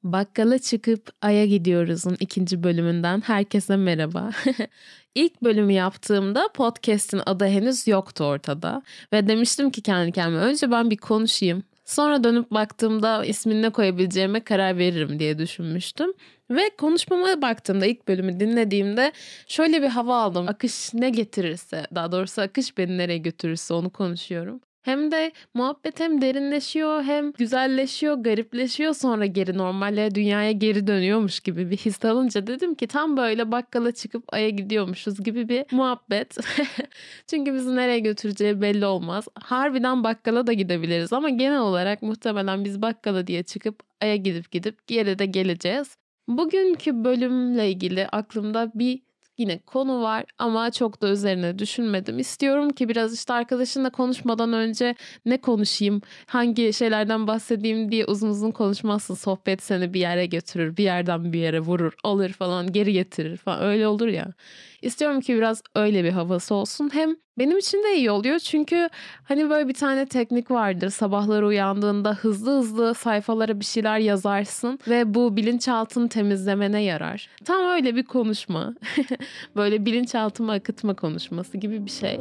Bakkala çıkıp Ay'a gidiyoruz'un ikinci bölümünden herkese merhaba. İlk bölümü yaptığımda podcast'in adı henüz yoktu ortada. Ve demiştim ki kendi kendime önce ben bir konuşayım. Sonra dönüp baktığımda ismini ne koyabileceğime karar veririm diye düşünmüştüm. Ve konuşmama baktığımda ilk bölümü dinlediğimde şöyle bir hava aldım. Akış ne getirirse, daha doğrusu akış beni nereye götürürse onu konuşuyorum. Hem de muhabbet hem derinleşiyor hem güzelleşiyor, garipleşiyor sonra geri normale, dünyaya geri dönüyormuş gibi bir his alınca dedim ki tam böyle bakkala çıkıp Ay'a gidiyormuşuz gibi bir muhabbet. Çünkü bizi nereye götüreceği belli olmaz. Harbiden bakkala da gidebiliriz ama genel olarak muhtemelen biz bakkala diye çıkıp Ay'a gidip geri de geleceğiz. Bugünkü bölümle ilgili aklımda bir yine konu var ama çok da üzerine düşünmedim. İstiyorum ki biraz işte arkadaşınla konuşmadan önce ne konuşayım, hangi şeylerden bahsedeyim diye uzun uzun konuşmazsın. Sohbet seni bir yere götürür, bir yerden bir yere vurur, alır falan, geri getirir falan. Öyle olur ya. İstiyorum ki biraz öyle bir havası olsun. Hem benim için de iyi oluyor çünkü hani böyle bir tane teknik vardır. Sabahları uyandığında hızlı hızlı sayfalara bir şeyler yazarsın ve bu bilinçaltını temizlemene yarar. Tam öyle bir konuşma. Böyle bilinçaltımı akıtma konuşması gibi bir şey.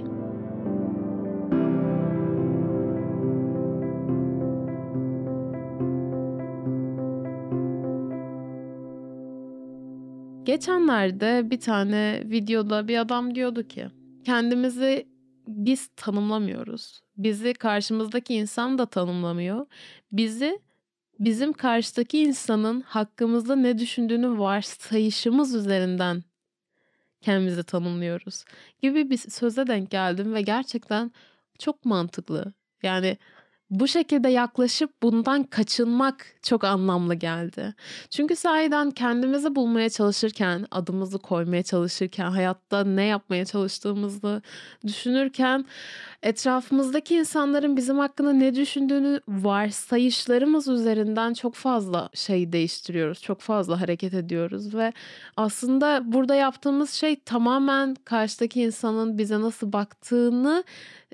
Geçenlerde bir tane videoda bir adam diyordu ki kendimizi biz tanımlamıyoruz. Bizi karşımızdaki insan da tanımlamıyor. Bizi bizim karşıdaki insanın hakkımızda ne düşündüğünü varsayışımız üzerinden kendimizi tanımlıyoruz gibi bir söze denk geldim ve gerçekten çok mantıklı. Yani bu şekilde yaklaşıp bundan kaçınmak çok anlamlı geldi. Çünkü sahiden kendimizi bulmaya çalışırken, adımızı koymaya çalışırken, hayatta ne yapmaya çalıştığımızı düşünürken etrafımızdaki insanların bizim hakkında ne düşündüğünü varsayışlarımız üzerinden çok fazla şey değiştiriyoruz. Çok fazla hareket ediyoruz ve aslında burada yaptığımız şey tamamen karşıdaki insanın bize nasıl baktığını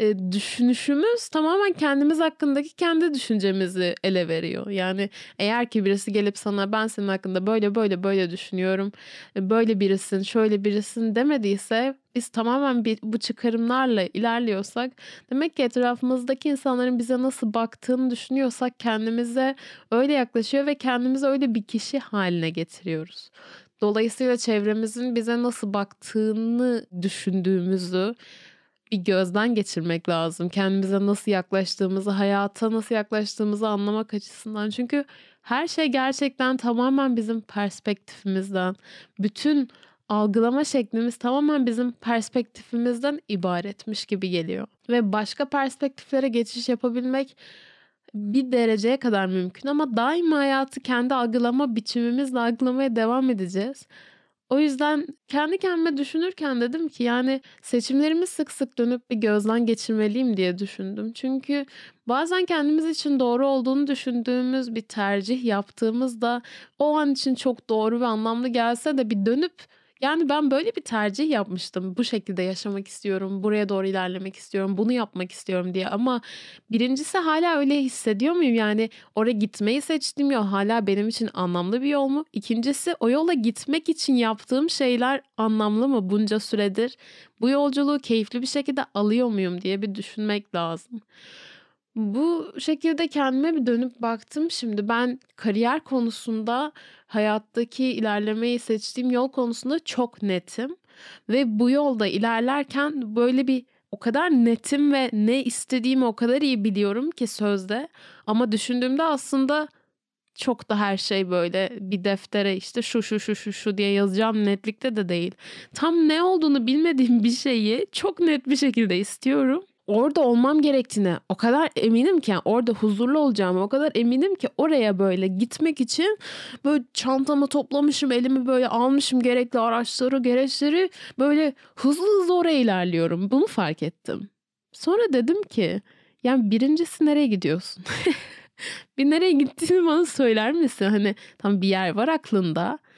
düşünüşümüz tamamen kendimiz hakkındaki kendi düşüncemizi ele veriyor. Yani eğer ki birisi gelip sana ben senin hakkında böyle böyle böyle düşünüyorum, böyle birisin, şöyle birisin demediyse biz tamamen bu çıkarımlarla ilerliyorsak demek ki etrafımızdaki insanların bize nasıl baktığını düşünüyorsak kendimize öyle yaklaşıyor ve kendimizi öyle bir kişi haline getiriyoruz. Dolayısıyla çevremizin bize nasıl baktığını düşündüğümüzü bir gözden geçirmek lazım. Kendimize nasıl yaklaştığımızı, hayata nasıl yaklaştığımızı anlamak açısından. Çünkü her şey gerçekten tamamen bizim perspektifimizden, bütün algılama şeklimiz tamamen bizim perspektifimizden ibaretmiş gibi geliyor. Ve başka perspektiflere geçiş yapabilmek bir dereceye kadar mümkün ama daima hayatı kendi algılama biçimimizle algılamaya devam edeceğiz. O yüzden kendi kendime düşünürken dedim ki yani seçimlerimi sık sık dönüp bir gözden geçirmeliyim diye düşündüm. Çünkü bazen kendimiz için doğru olduğunu düşündüğümüz bir tercih yaptığımızda o an için çok doğru ve anlamlı gelse de bir dönüp yani ben böyle bir tercih yapmıştım. Bu şekilde yaşamak istiyorum, buraya doğru ilerlemek istiyorum, bunu yapmak istiyorum diye. Ama birincisi hala öyle hissediyor muyum? Yani oraya gitmeyi seçtiğim yol hala benim için anlamlı bir yol mu? İkincisi o yola gitmek için yaptığım şeyler anlamlı mı bunca süredir? Bu yolculuğu keyifli bir şekilde alıyor muyum diye bir düşünmek lazım. Bu şekilde kendime bir dönüp baktım. Şimdi ben kariyer konusunda hayattaki ilerlemeyi seçtiğim yol konusunda çok netim ve bu yolda ilerlerken böyle bir o kadar netim ve ne istediğimi o kadar iyi biliyorum ki sözde ama düşündüğümde aslında çok da her şey böyle bir deftere işte şu diye yazacağım netlikte de değil. Tam ne olduğunu bilmediğim bir şeyi çok net bir şekilde istiyorum. Orada olmam gerektiğine o kadar eminim ki yani orada huzurlu olacağıma o kadar eminim ki oraya böyle gitmek için böyle çantamı toplamışım, elimi böyle almışım, gerekli gereçleri böyle hızlı hızlı oraya ilerliyorum. Bunu fark ettim. Sonra dedim ki yani birincisi nereye gidiyorsun? Bir nereye gittiğini bana söyler misin? Hani tam bir yer var aklında.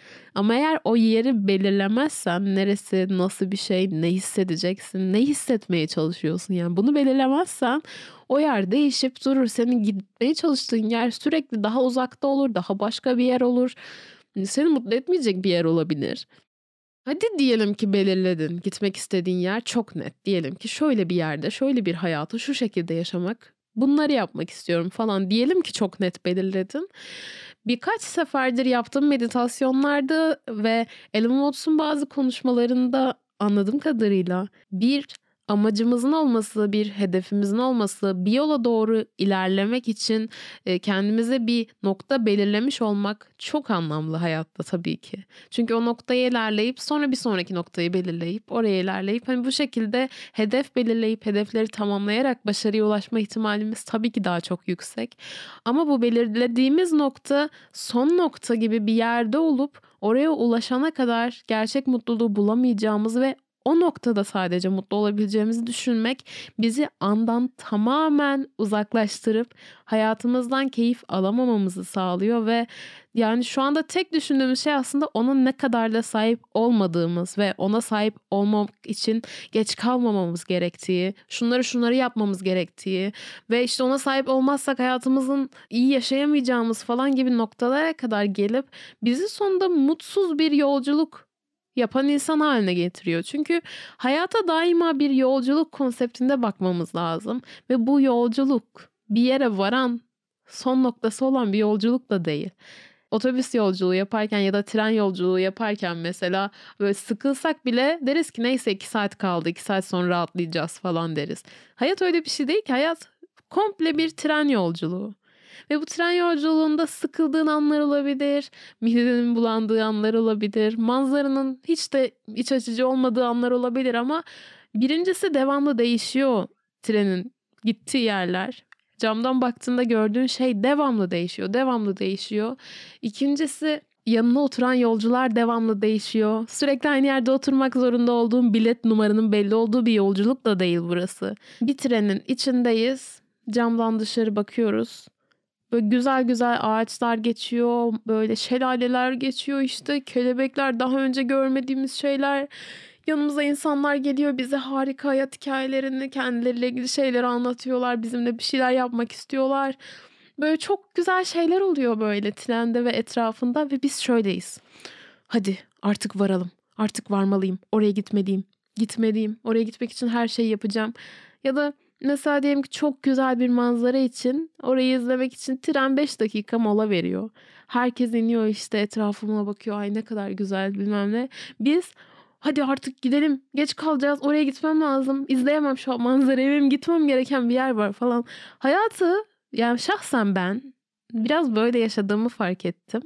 Ama eğer o yeri belirlemezsen neresi, nasıl bir şey, ne hissedeceksin, ne hissetmeye çalışıyorsun yani bunu belirlemezsen o yer değişip durur. Senin gitmeye çalıştığın yer sürekli daha uzakta olur, daha başka bir yer olur. Seni mutlu etmeyecek bir yer olabilir. Hadi diyelim ki belirledin. Gitmek istediğin yer çok net. Diyelim ki şöyle bir yerde, şöyle bir hayatı şu şekilde yaşamak, bunları yapmak istiyorum falan. Diyelim ki çok net belirledin. Birkaç seferdir yaptığım meditasyonlarda ve Elon Watts'un bazı konuşmalarında anladığım kadarıyla bir amacımızın olması, bir hedefimizin olması, bir yola doğru ilerlemek için kendimize bir nokta belirlemiş olmak çok anlamlı hayatta tabii ki. Çünkü o noktaya ilerleyip sonra bir sonraki noktayı belirleyip oraya ilerleyip hani bu şekilde hedef belirleyip hedefleri tamamlayarak başarıya ulaşma ihtimalimiz tabii ki daha çok yüksek. Ama bu belirlediğimiz nokta son nokta gibi bir yerde olup oraya ulaşana kadar gerçek mutluluğu bulamayacağımız ve o noktada sadece mutlu olabileceğimizi düşünmek bizi andan tamamen uzaklaştırıp hayatımızdan keyif alamamamızı sağlıyor ve yani şu anda tek düşündüğümüz şey aslında onun ne kadar da sahip olmadığımız ve ona sahip olmak için geç kalmamamız gerektiği, şunları yapmamız gerektiği ve işte ona sahip olmazsak hayatımızın iyi yaşayamayacağımız falan gibi noktalara kadar gelip bizi sonunda mutsuz bir yolculuk yapan insan haline getiriyor. Çünkü hayata daima bir yolculuk konseptinde bakmamız lazım ve bu yolculuk bir yere varan son noktası olan bir yolculuk da değil. Otobüs yolculuğu yaparken ya da tren yolculuğu yaparken mesela böyle sıkılsak bile deriz ki neyse 2 saat kaldı, 2 saat sonra rahatlayacağız falan deriz. Hayat öyle bir şey değil ki, hayat komple bir tren yolculuğu. Ve bu tren yolculuğunda sıkıldığın anlar olabilir, midenin bulandığı anlar olabilir, manzaranın hiç de iç açıcı olmadığı anlar olabilir ama birincisi devamlı değişiyor trenin gittiği yerler. Camdan baktığında gördüğün şey devamlı değişiyor, devamlı değişiyor. İkincisi yanına oturan yolcular devamlı değişiyor. Sürekli aynı yerde oturmak zorunda olduğum bilet numaranın belli olduğu bir yolculuk da değil burası. Bir trenin içindeyiz. Camdan dışarı bakıyoruz. Böyle güzel güzel ağaçlar geçiyor, böyle şelaleler geçiyor işte, kelebekler, daha önce görmediğimiz şeyler. Yanımıza insanlar geliyor, bize harika hayat hikayelerini, kendileriyle ilgili şeyleri anlatıyorlar, bizimle bir şeyler yapmak istiyorlar. Böyle çok güzel şeyler oluyor böyle trende ve etrafında ve biz şöyleyiz. Hadi artık varalım, artık varmalıyım, oraya gitmeliyim, gitmeliyim, oraya gitmek için her şeyi yapacağım. Ya da mesela diyelim ki çok güzel bir manzara için orayı izlemek için tren 5 dakika mola veriyor. Herkes iniyor işte etrafıma bakıyor. Ay ne kadar güzel bilmem ne. Biz hadi artık gidelim. Geç kalacağız. Oraya gitmem lazım. İzleyemem şu an manzarayı. Benim gitmem gereken bir yer var falan. Hayatı yani şahsen ben biraz böyle yaşadığımı fark ettim.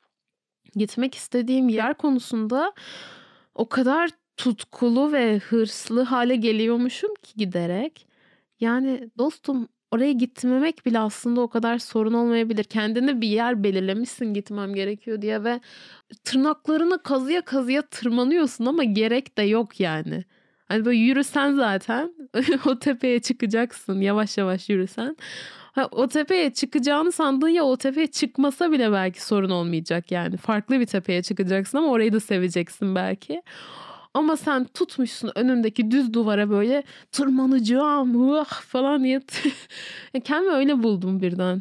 Gitmek istediğim yer konusunda o kadar tutkulu ve hırslı hale geliyormuşum ki giderek. Yani dostum oraya gitmemek bile aslında o kadar sorun olmayabilir. Kendine bir yer belirlemişsin gitmem gerekiyor diye ve tırnaklarını kazıya kazıya tırmanıyorsun ama gerek de yok yani. Hani böyle yürüsen zaten o tepeye çıkacaksın yavaş yavaş yürüsen. Ha, o tepeye çıkacağını sandığın ya o tepeye çıkmasa bile belki sorun olmayacak yani. Farklı bir tepeye çıkacaksın ama orayı da seveceksin belki. Ama sen tutmuşsun önündeki düz duvara böyle tırmanacağım falan diye. Kendimi öyle buldum birden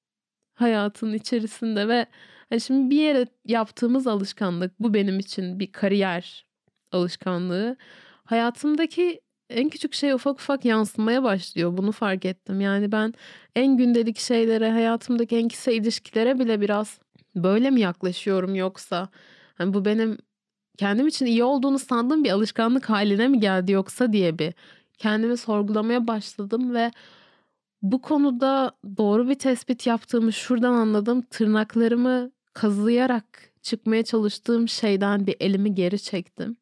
hayatın içerisinde ve hani şimdi bir yere yaptığımız alışkanlık bu benim için bir kariyer alışkanlığı. Hayatımdaki en küçük şey ufak ufak yansımaya başlıyor. Bunu fark ettim. Yani ben en gündelik şeylere, hayatımdaki en kısa ilişkilere bile biraz böyle mi yaklaşıyorum yoksa hani bu benim kendim için iyi olduğunu sandığım bir alışkanlık haline mi geldi yoksa diye bir kendimi sorgulamaya başladım ve bu konuda doğru bir tespit yaptığımı şuradan anladım. Tırnaklarımı kazıyarak çıkmaya çalıştığım şeyden bir elimi geri çektim.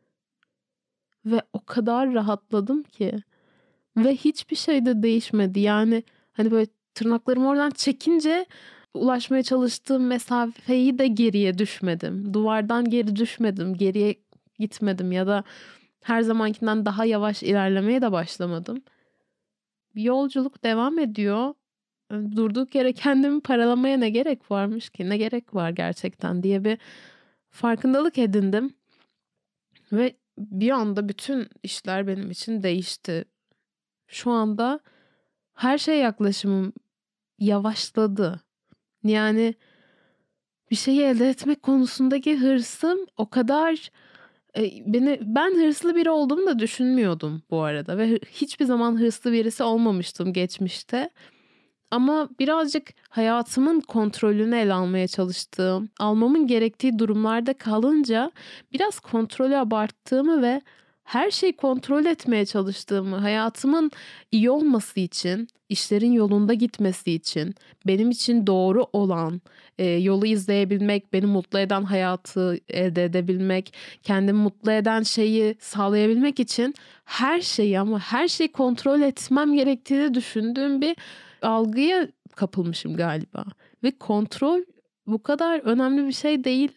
Ve o kadar rahatladım ki. Ve hiçbir şey de değişmedi. Yani hani böyle tırnaklarımı oradan çekince ulaşmaya çalıştığım mesafeyi de geriye düşmedim. Duvardan geri düşmedim. Geriye gitmedim ya da her zamankinden daha yavaş ilerlemeye de başlamadım. Yolculuk devam ediyor. Durduk yere kendimi paralamaya ne gerek varmış ki? Ne gerek var gerçekten diye bir farkındalık edindim ve bir anda bütün işler benim için değişti. Şu anda her şey yaklaşımım yavaşladı. Yani bir şeyi elde etmek konusundaki hırsım o kadar ben hırslı biri olduğumu da düşünmüyordum bu arada ve hiçbir zaman hırslı birisi olmamıştım geçmişte. Ama birazcık hayatımın kontrolünü ele almaya çalıştığım, almamın gerektiği durumlarda kalınca biraz kontrolü abarttığımı ve her şeyi kontrol etmeye çalıştığımı, hayatımın iyi olması için, işlerin yolunda gitmesi için, benim için doğru olan yolu izleyebilmek, beni mutlu eden hayatı elde edebilmek, kendimi mutlu eden şeyi sağlayabilmek için her şeyi ama her şeyi kontrol etmem gerektiğini düşündüğüm bir algıya kapılmışım galiba. Ve kontrol bu kadar önemli bir şey değil.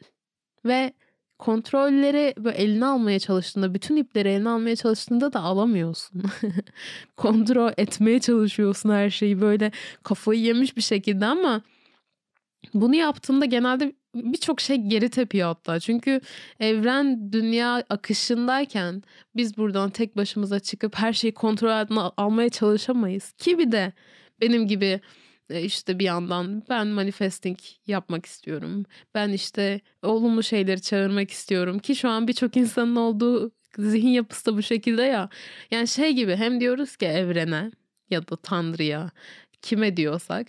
Ve kontrolleri böyle eline almaya çalıştığında, bütün ipleri eline almaya çalıştığında da alamıyorsun. Kontrol etmeye çalışıyorsun her şeyi böyle kafayı yemiş bir şekilde ama bunu yaptığında genelde birçok şey geri tepiyor hatta. Çünkü evren, dünya akışındayken biz buradan tek başımıza çıkıp her şeyi kontrol altına almaya çalışamayız. Ki bir de benim gibi işte bir yandan ben manifesting yapmak istiyorum. Ben işte olumlu şeyleri çağırmak istiyorum. Ki şu an birçok insanın olduğu zihin yapısı da bu şekilde ya. Yani şey gibi hem diyoruz ki evrene ya da Tanrı'ya kime diyorsak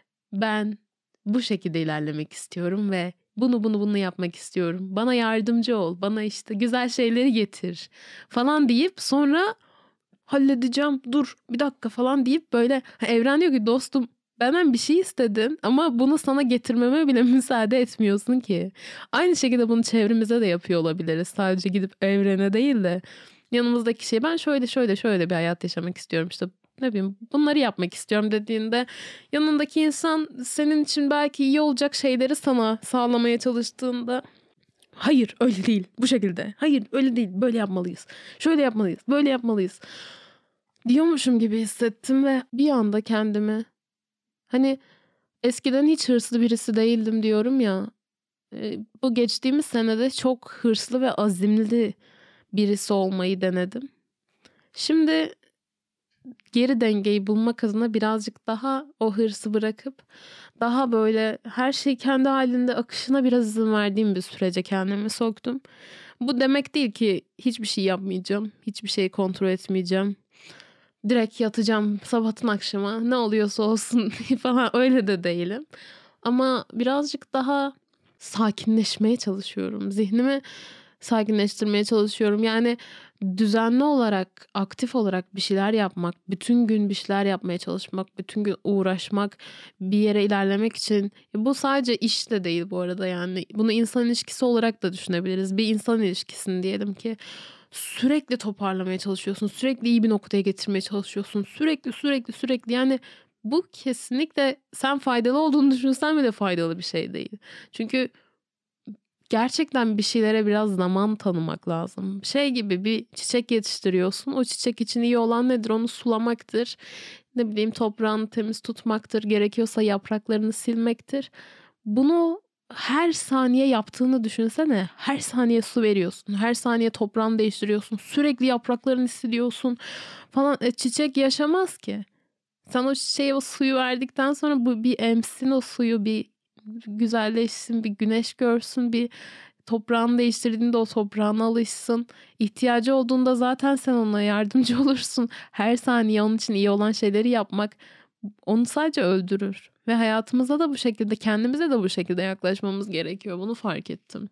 ben bu şekilde ilerlemek istiyorum ve bunu yapmak istiyorum. Bana yardımcı ol. Bana işte güzel şeyleri getir falan deyip sonra halledeceğim. Dur bir dakika falan deyip böyle evren diyor ki dostum benden bir şey istedin ama bunu sana getirmeme bile müsaade etmiyorsun ki. Aynı şekilde bunu çevremize de yapıyor olabiliriz. Sadece gidip evrene değil de yanımızdaki şey ben şöyle bir hayat yaşamak istiyorum işte ne bileyim bunları yapmak istiyorum dediğinde yanındaki insan senin için belki iyi olacak şeyleri sana sağlamaya çalıştığında hayır öyle değil bu şekilde hayır öyle değil böyle yapmalıyız şöyle yapmalıyız böyle yapmalıyız diyormuşum gibi hissettim ve bir anda kendimi hani eskiden hiç hırslı birisi değildim diyorum ya bu geçtiğimiz senede çok hırslı ve azimli birisi olmayı denedim. Şimdi geri dengeyi bulmak adına birazcık daha o hırsı bırakıp daha böyle her şey kendi halinde akışına biraz izin verdiğim bir sürece kendimi soktum. Bu demek değil ki hiçbir şey yapmayacağım, hiçbir şeyi kontrol etmeyeceğim. Direkt yatacağım sabahtan akşama ne oluyorsa olsun falan öyle de değilim. Ama birazcık daha sakinleşmeye çalışıyorum. Zihnimi sakinleştirmeye çalışıyorum. Yani düzenli olarak, aktif olarak bir şeyler yapmak, bütün gün bir şeyler yapmaya çalışmak, bütün gün uğraşmak, bir yere ilerlemek için. Bu sadece iş de değil bu arada yani. Bunu insan ilişkisi olarak da düşünebiliriz. Bir insan ilişkisini diyelim ki sürekli toparlamaya çalışıyorsun. Sürekli iyi bir noktaya getirmeye çalışıyorsun. Sürekli yani bu kesinlikle sen faydalı olduğunu düşünsen bile faydalı bir şey değil. Çünkü gerçekten bir şeylere biraz zaman tanımak lazım. Şey gibi bir çiçek yetiştiriyorsun. O çiçek için iyi olan nedir? Onu sulamaktır. Ne bileyim toprağını temiz tutmaktır. Gerekiyorsa yapraklarını silmektir. Bunu her saniye yaptığını düşünsene. Her saniye su veriyorsun. Her saniye toprağını değiştiriyorsun. Sürekli yapraklarını siliyorsun falan. Çiçek yaşamaz ki. Sen o çiçeğe o suyu verdikten sonra bu bir emsin o suyu bir güzelleşsin, bir güneş görsün, bir toprağını değiştirdiğinde o toprağına alışsın. İhtiyacı olduğunda zaten sen ona yardımcı olursun. Her saniye onun için iyi olan şeyleri yapmak onu sadece öldürür. Ve hayatımıza da bu şekilde, kendimize de bu şekilde yaklaşmamız gerekiyor. Bunu fark ettim.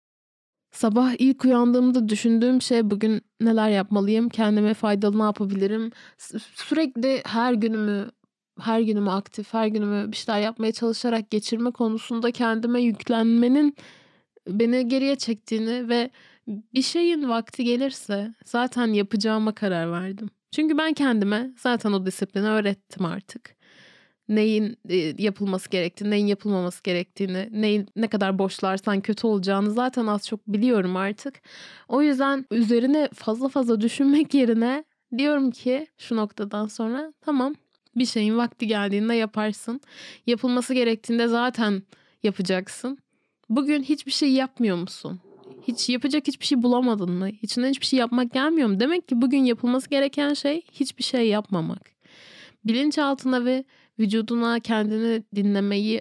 Sabah ilk uyandığımda düşündüğüm şey bugün neler yapmalıyım, kendime faydalı ne yapabilirim. Sürekli her günümü aktif, her günümü bir şeyler yapmaya çalışarak geçirme konusunda kendime yüklenmenin beni geriye çektiğini ve bir şeyin vakti gelirse zaten yapacağıma karar verdim. Çünkü ben kendime zaten o disiplini öğrettim artık. Neyin yapılması gerektiğini, neyin yapılmaması gerektiğini, neyin ne kadar boşlarsan kötü olacağını zaten az çok biliyorum artık. O yüzden üzerine fazla fazla düşünmek yerine diyorum ki şu noktadan sonra tamam bir şeyin vakti geldiğinde yaparsın. Yapılması gerektiğinde zaten yapacaksın. Bugün hiçbir şey yapmıyor musun? Hiç yapacak hiçbir şey bulamadın mı? İçinden hiçbir şey yapmak gelmiyor mu? Demek ki bugün yapılması gereken şey hiçbir şey yapmamak. Bilinçaltına ve vücuduna kendini dinlemeyi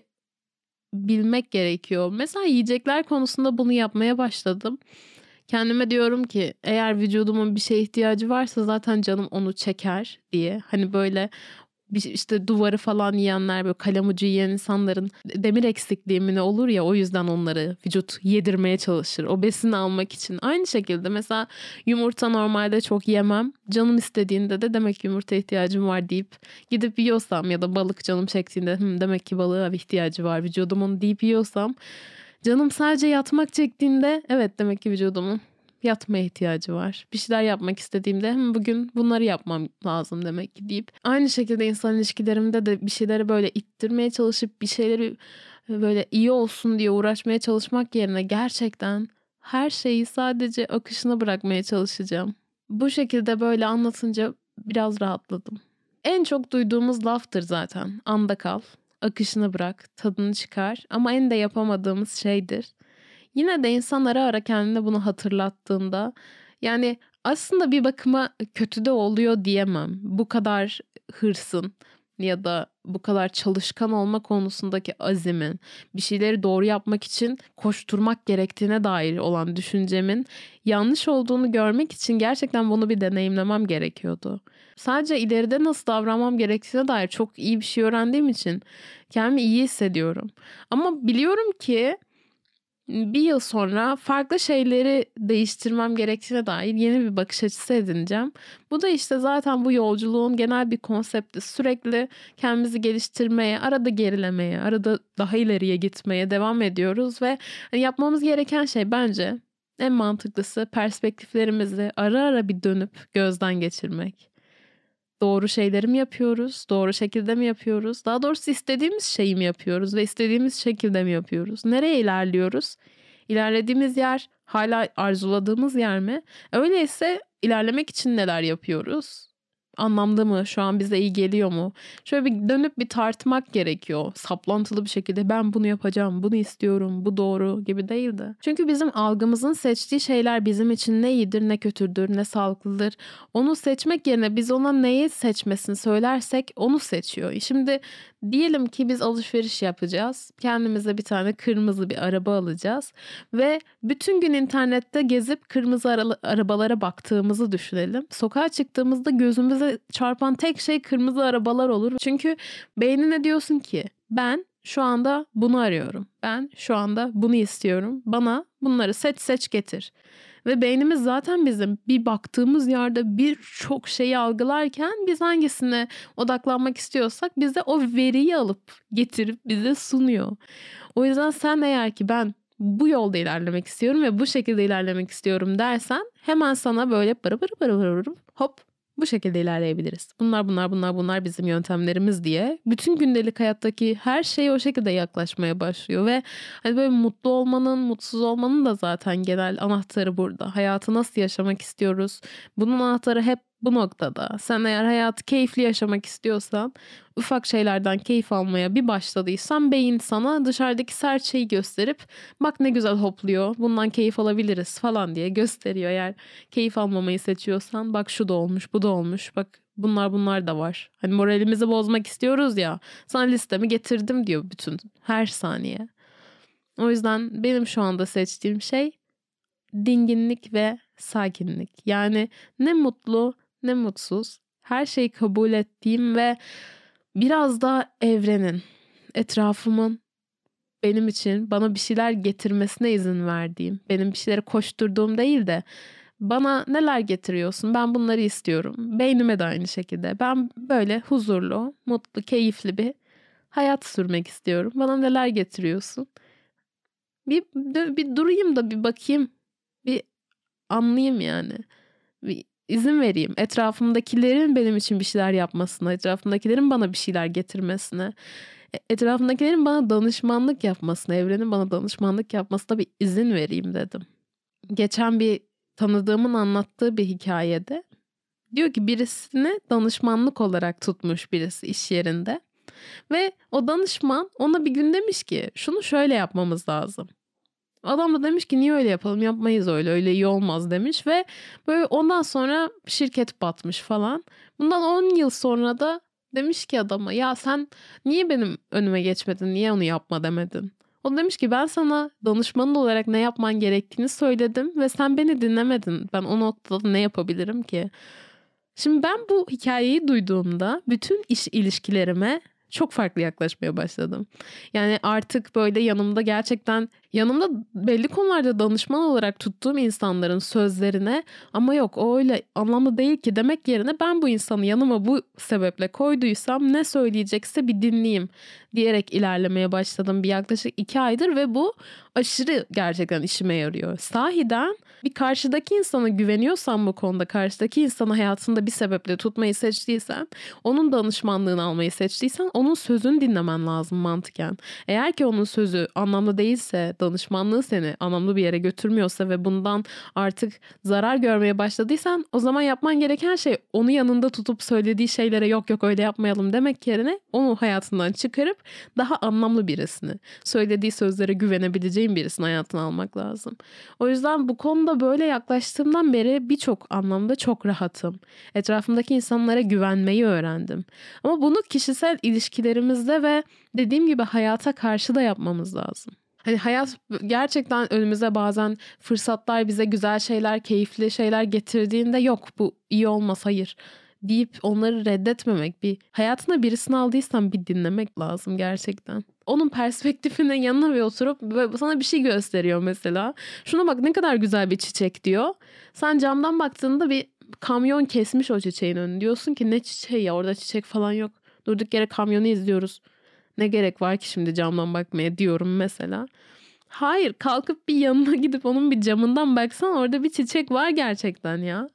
bilmek gerekiyor. Mesela yiyecekler konusunda bunu yapmaya başladım. Kendime diyorum ki eğer vücudumun bir şeye ihtiyacı varsa zaten canım onu çeker diye. Hani böyle işte duvarı falan yiyenler, böyle kalem ucu yiyen insanların demir eksikliği mi ne olur ya, o yüzden onları vücut yedirmeye çalışır. O besini almak için. Aynı şekilde mesela yumurta normalde çok yemem. Canım istediğinde de demek ki yumurta ihtiyacım var deyip gidip yiyorsam ya da balık canım çektiğinde demek ki balığa bir ihtiyacı var vücudumun deyip yiyorsam, canım sadece yatmak çektiğinde evet demek ki vücudumun yatmaya ihtiyacı var. Bir şeyler yapmak istediğimde bugün bunları yapmam lazım demek ki deyip, aynı şekilde insan ilişkilerimde de bir şeyleri böyle ittirmeye çalışıp bir şeyleri böyle iyi olsun diye uğraşmaya çalışmak yerine gerçekten her şeyi sadece akışına bırakmaya çalışacağım. Bu şekilde böyle anlatınca biraz rahatladım. En çok duyduğumuz laftır zaten. Anda kal, akışını bırak, tadını çıkar, ama en de yapamadığımız şeydir. Yine de insan ara ara kendine bunu hatırlattığında, yani aslında bir bakıma kötü de oluyor diyemem. Bu kadar hırsın ya da bu kadar çalışkan olma konusundaki azimin, bir şeyleri doğru yapmak için koşturmak gerektiğine dair olan düşüncemin yanlış olduğunu görmek için gerçekten bunu bir deneyimlemem gerekiyordu. Sadece ileride nasıl davranmam gerektiğine dair çok iyi bir şey öğrendiğim için kendimi iyi hissediyorum. Ama biliyorum ki bir yıl sonra farklı şeyleri değiştirmem gerektiğine dair yeni bir bakış açısı edineceğim. Bu da işte zaten bu yolculuğun genel bir konsepti. Sürekli kendimizi geliştirmeye, arada gerilemeye, arada daha ileriye gitmeye devam ediyoruz ve hani yapmamız gereken şey bence en mantıklısı perspektiflerimizi ara ara bir dönüp gözden geçirmek. Doğru şeyleri mi yapıyoruz? Doğru şekilde mi yapıyoruz? Daha doğrusu istediğimiz şeyi mi yapıyoruz ve istediğimiz şekilde mi yapıyoruz? Nereye ilerliyoruz? İlerlediğimiz yer hala arzuladığımız yer mi? Öyleyse ilerlemek için neler yapıyoruz? Anlamlı mı? Şu an bize iyi geliyor mu? Şöyle bir dönüp bir tartmak gerekiyor. Saplantılı bir şekilde ben bunu yapacağım, bunu istiyorum, bu doğru gibi değil de. Çünkü bizim algımızın seçtiği şeyler bizim için ne iyidir, ne kötüdür, ne sağlıklıdır. Onu seçmek yerine biz ona neyi seçmesini söylersek onu seçiyor. Şimdi diyelim ki biz alışveriş yapacağız. Kendimize bir tane kırmızı bir araba alacağız ve bütün gün internette gezip kırmızı arabalara baktığımızı düşünelim. Sokağa çıktığımızda gözümüze çarpan tek şey kırmızı arabalar olur. Çünkü beynine diyorsun ki ben şu anda bunu arıyorum. Ben şu anda bunu istiyorum. Bana bunları seç seç getir. Ve beynimiz zaten bizim bir baktığımız yerde birçok şeyi algılarken biz hangisine odaklanmak istiyorsak bize o veriyi alıp getirip bize sunuyor. O yüzden sen eğer ki ben bu yolda ilerlemek istiyorum ve bu şekilde ilerlemek istiyorum dersen, hemen sana böyle bırı bırı bırı bırı bırı hop bu şekilde ilerleyebiliriz. Bunlar bizim yöntemlerimiz diye bütün gündelik hayattaki her şeye o şekilde yaklaşmaya başlıyor ve hani böyle mutlu olmanın, mutsuz olmanın da zaten genel anahtarı burada. Hayatı nasıl yaşamak istiyoruz? Bunun anahtarı hep bu noktada. Sen eğer hayatı keyifli yaşamak istiyorsan, ufak şeylerden keyif almaya bir başladıysan, beyin sana dışarıdaki sert şeyi gösterip bak ne güzel hopluyor, bundan keyif alabiliriz falan diye gösteriyor. Eğer keyif almamayı seçiyorsan bak şu da olmuş, bu da olmuş, bak bunlar da var. Hani moralimizi bozmak istiyoruz ya, sana listemi getirdim diyor bütün her saniye. O yüzden benim şu anda seçtiğim şey dinginlik ve sakinlik. Yani ne mutlu ne mutsuz, her şeyi kabul ettiğim ve biraz da evrenin, etrafımın benim için bana bir şeyler getirmesine izin verdiğim, benim bir şeylere koşturduğum değil de bana neler getiriyorsun, ben bunları istiyorum. Beynime de aynı şekilde. Ben böyle huzurlu, mutlu, keyifli bir hayat sürmek istiyorum. Bana neler getiriyorsun? Bir durayım da bir bakayım. Bir anlayayım yani. Bir izin vereyim. Etrafımdakilerin benim için bir şeyler yapmasına, etrafımdakilerin bana bir şeyler getirmesine, etrafımdakilerin bana danışmanlık yapmasına, evrenin bana danışmanlık yapmasına bir izin vereyim dedim. Geçen bir tanıdığımın anlattığı bir hikayede diyor ki birisini danışmanlık olarak tutmuş birisi iş yerinde ve o danışman ona bir gün demiş ki şunu şöyle yapmamız lazım. Adam da demiş ki niye öyle yapalım, yapmayız öyle iyi olmaz demiş ve böyle ondan sonra şirket batmış falan. Bundan 10 yıl sonra da demiş ki adama ya sen niye benim önüme geçmedin, niye onu yapma demedin? O demiş ki ben sana danışmanın olarak ne yapman gerektiğini söyledim ve sen beni dinlemedin. Ben o noktada ne yapabilirim ki? Şimdi ben bu hikayeyi duyduğumda bütün iş ilişkilerime çok farklı yaklaşmaya başladım. Yani artık böyle yanımda belli konularda danışman olarak tuttuğum insanların sözlerine ama yok o öyle anlamlı değil ki demek yerine ben bu insanı yanıma bu sebeple koyduysam ne söyleyecekse bir dinleyeyim diyerek ilerlemeye başladım bir yaklaşık 2 aydır ve bu aşırı gerçekten işime yarıyor. Sahiden bir karşıdaki insana güveniyorsan bu konuda, karşıdaki insanı hayatında bir sebeple tutmayı seçtiysen, onun danışmanlığını almayı seçtiysen onun sözünü dinlemen lazım mantıken. Eğer ki onun sözü anlamlı değilse, danışmanlığı seni anlamlı bir yere götürmüyorsa ve bundan artık zarar görmeye başladıysan o zaman yapman gereken şey onu yanında tutup söylediği şeylere yok yok öyle yapmayalım demek yerine onu hayatından çıkarıp daha anlamlı birisini, söylediği sözlere güvenebileceğin birisini hayatına almak lazım. O yüzden bu konuda böyle yaklaştığımdan beri birçok anlamda çok rahatım. Etrafımdaki insanlara güvenmeyi öğrendim. Ama bunu kişisel ilişkilerimizde ve dediğim gibi hayata karşı da yapmamız lazım. Hani hayat gerçekten önümüze bazen fırsatlar bize güzel şeyler, keyifli şeyler getirdiğinde yok bu iyi olmaz hayır deyip onları reddetmemek, bir hayatına birisini aldıysan bir dinlemek lazım gerçekten. Onun perspektifine yanına bir oturup böyle sana bir şey gösteriyor mesela. Şuna bak ne kadar güzel bir çiçek diyor. Sen camdan baktığında bir kamyon kesmiş o çiçeğin önünü. Diyorsun ki ne çiçeği ya orada çiçek falan yok. Durduk yere kamyonu izliyoruz. Ne gerek var ki şimdi camdan bakmaya diyorum mesela. Hayır kalkıp bir yanına gidip onun bir camından baksan orada bir çiçek var gerçekten ya.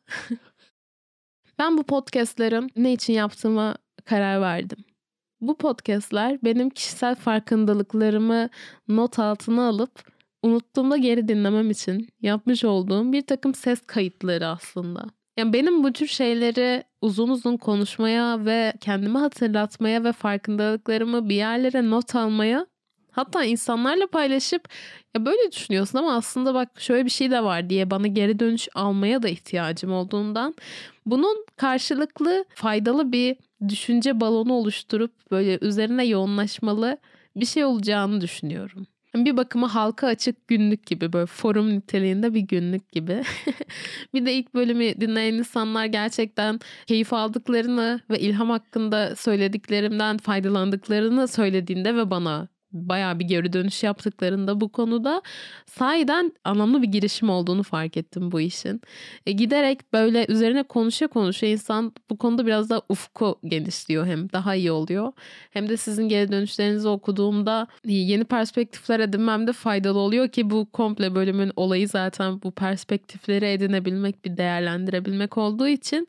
Ben bu podcastlerin ne için yaptığıma karar verdim. Bu podcastler benim kişisel farkındalıklarımı not altına alıp unuttuğumda geri dinlemem için yapmış olduğum bir takım ses kayıtları aslında. Yani benim bu tür şeyleri uzun uzun konuşmaya ve kendime hatırlatmaya ve farkındalıklarımı bir yerlere not almaya hatta insanlarla paylaşıp ya böyle düşünüyorsun ama aslında bak şöyle bir şey de var diye bana geri dönüş almaya da ihtiyacım olduğundan bunun karşılıklı faydalı bir düşünce balonu oluşturup böyle üzerine yoğunlaşmalı bir şey olacağını düşünüyorum. Bir bakıma halka açık günlük gibi böyle forum niteliğinde bir günlük gibi. Bir de ilk bölümü dinleyen insanlar gerçekten keyif aldıklarını ve ilham hakkında söylediklerimden faydalandıklarını söylediğinde ve bana bayağı bir geri dönüş yaptıklarında bu konuda sahiden anlamlı bir girişim olduğunu fark ettim bu işin. Giderek böyle üzerine konuşa insan bu konuda biraz daha ufku genişliyor hem daha iyi oluyor. Hem de sizin geri dönüşlerinizi okuduğumda yeni perspektifler edinmemde faydalı oluyor ki bu komple bölümün olayı zaten bu perspektifleri edinebilmek, bir değerlendirebilmek olduğu için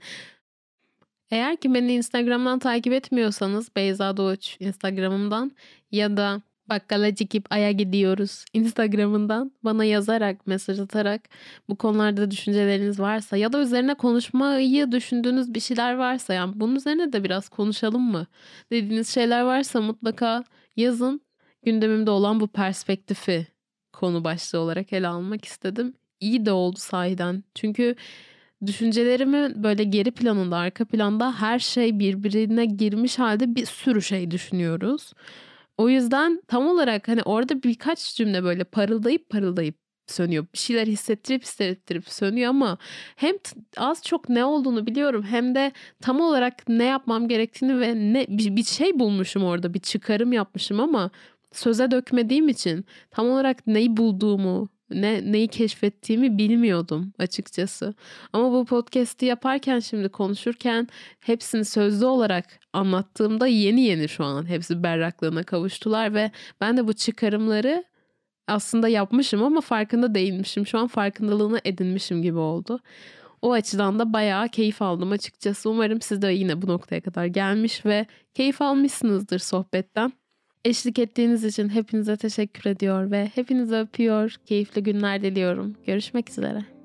eğer ki beni Instagram'dan takip etmiyorsanız Beyza Doğuç Instagram'ımdan ya da Bakkala çıkıp aya gidiyoruz Instagram'ından bana yazarak, mesaj atarak bu konularda düşünceleriniz varsa ya da üzerine konuşmayı düşündüğünüz bir şeyler varsa yani bunun üzerine de biraz konuşalım mı dediğiniz şeyler varsa mutlaka yazın. Gündemimde olan bu perspektifi konu başlığı olarak ele almak istedim. İyi de oldu sahiden. Çünkü düşüncelerimin böyle geri planında, arka planda her şey birbirine girmiş halde bir sürü şey düşünüyoruz. O yüzden tam olarak hani orada birkaç cümle böyle parıldayıp sönüyor. Bir şeyler hissettirip sönüyor ama hem az çok ne olduğunu biliyorum hem de tam olarak ne yapmam gerektiğini ve bir şey bulmuşum orada, bir çıkarım yapmışım ama söze dökmediğim için tam olarak neyi bulduğumu, neyi keşfettiğimi bilmiyordum açıkçası. Ama bu podcast'i yaparken şimdi konuşurken hepsini sözlü olarak anlattığımda yeni şu an hepsi berraklığına kavuştular ve ben de bu çıkarımları aslında yapmışım ama farkında değilmişim. Şu an farkındalığını edinmişim gibi oldu. O açıdan da bayağı keyif aldım açıkçası. Umarım siz de yine bu noktaya kadar gelmiş ve keyif almışsınızdır sohbetten. Eşlik ettiğiniz için hepinize teşekkür ediyor ve hepinizi öpüyor. Keyifli günler diliyorum. Görüşmek üzere.